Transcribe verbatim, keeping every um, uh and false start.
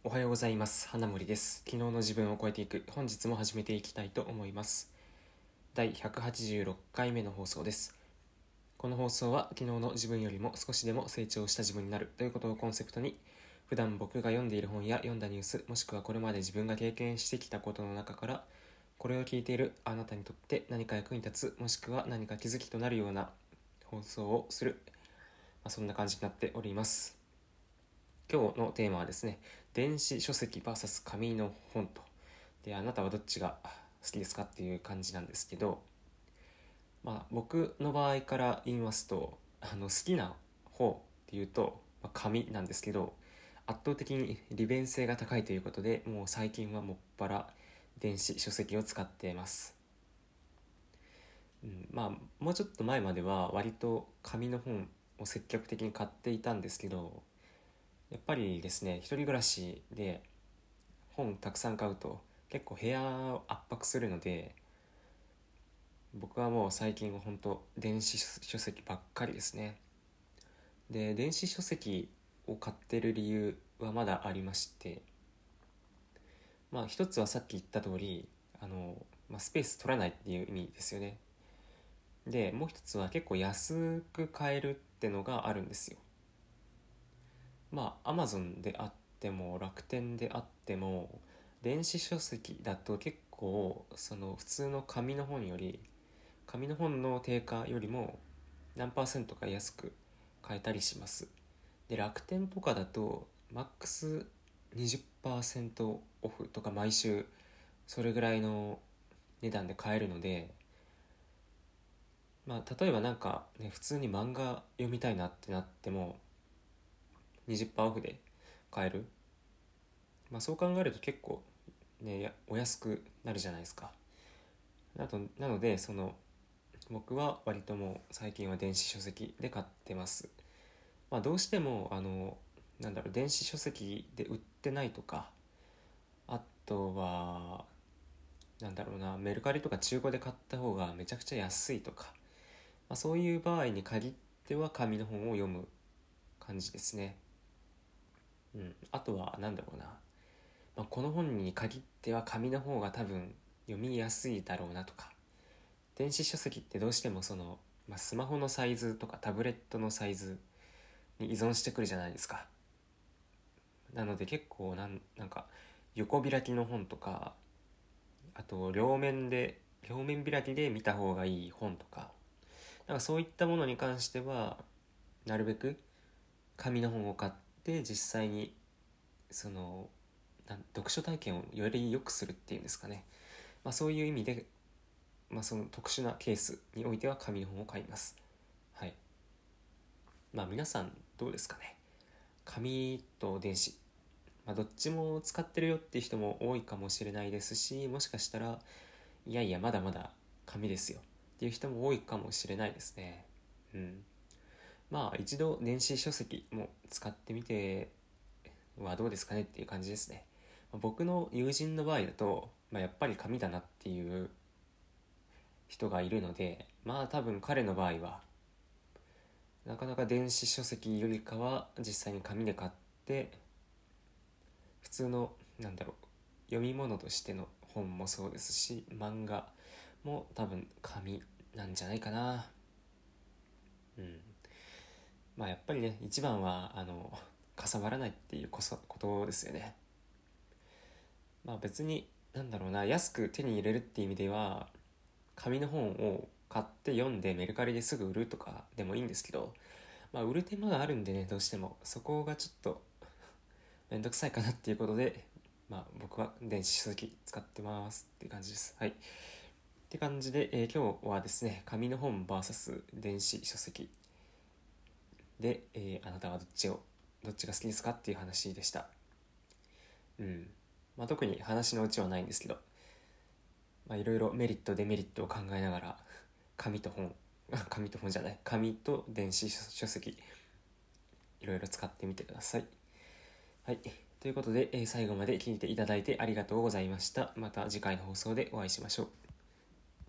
おはようございます。花森です。昨日の自分を超えていく。本日も始めていきたいと思います。だいひゃくはちじゅうろっかいめの放送です。この放送は昨日の自分よりも少しでも成長した自分になるということをコンセプトに、普段僕が読んでいる本や読んだニュース、もしくはこれまで自分が経験してきたことの中から、これを聞いているあなたにとって何か役に立つ、もしくは何か気づきとなるような放送をする、まあ、そんな感じになっております。今日のテーマはですね、電子書籍 ブイエス 紙の本と。で、あなたはどっちが好きですかっていう感じなんですけど、まあ僕の場合から言いますと、あの好きな方っていうと、まあ、紙なんですけど、圧倒的に利便性が高いということで、もう最近はもっぱら電子書籍を使っています。うん、まあもうちょっと前までは割と紙の本を積極的に買っていたんですけど、やっぱりですね、一人暮らしで本たくさん買うと結構部屋を圧迫するので、僕はもう最近は本当電子書籍ばっかりですね。で、電子書籍を買ってる理由はまだありまして、まあ一つはさっき言った通り、あの、まあ、スペース取らないっていう意味ですよね。で、もう一つは結構安く買えるってのがあるんですよ。まあ Amazon であっても楽天であっても、電子書籍だと結構その普通の紙の本より紙の本の定価よりも何パーセントか安く買えたりします。で、楽天とかだとマックスにじゅっパーセントオフとか毎週それぐらいの値段で買えるので、まあ例えばなんかね、普通に漫画読みたいなってなってもにじゅっパーセントオフで買える。まあそう考えると結構ね、お安くなるじゃないですか。あとなので、その僕は割ともう最近は電子書籍で買ってます。まあどうしてもあのなんだろう、電子書籍で売ってないとか、あとはなんだろうな、メルカリとか中古で買った方がめちゃくちゃ安いとか、まあ、そういう場合に限っては紙の本を読む感じですね。うん、あとはなんだろうな、まあ、この本に限っては紙の方が多分読みやすいだろうなとか、電子書籍ってどうしてもその、まあ、スマホのサイズとかタブレットのサイズに依存してくるじゃないですか。なので結構なんなんか横開きの本とか、あと両面で両面開きで見た方がいい本とか、なんかそういったものに関してはなるべく紙の本を買って実際にその読書体験をより良くするっていうんですかね、まあ、そういう意味で、まあ、その特殊なケースにおいては紙の本を買います。はい。まあ皆さんどうですかね。紙と電子、まあ、どっちも使ってるよっていう人も多いかもしれないですし、もしかしたらいやいやまだまだ紙ですよっていう人も多いかもしれないですね。うん。まあ一度電子書籍も使ってみてはどうですかねっていう感じですね。僕の友人の場合だと、まあ、やっぱり紙だなっていう人がいるので、まあ多分彼の場合はなかなか電子書籍よりかは実際に紙で買って、普通のなんだろう、読み物としての本もそうですし、漫画も多分紙なんじゃないかな。うん。まあやっぱりね、一番はあのかさばらないっていうこそことですよね。まあ別になんだろうな、安く手に入れるっていう意味では紙の本を買って読んでメルカリですぐ売るとかでもいいんですけど、まあ売る手間があるんでね、どうしてもそこがちょっとめんどくさいかなっていうことで、まあ僕は電子書籍使ってますっていう感じです。はい。って感じで、えー今日はですね、紙の本 ブイエス 電子書籍で、えーあなたはどっちをどっちが好きですかっていう話でした。うん。まあ特に話のうちはないんですけど、まあいろいろメリットデメリットを考えながら、紙と本紙と本じゃない紙と電子書籍いろいろ使ってみてください。はい。ということで、えー最後まで聞いていただいてありがとうございました。また次回の放送でお会いしましょう。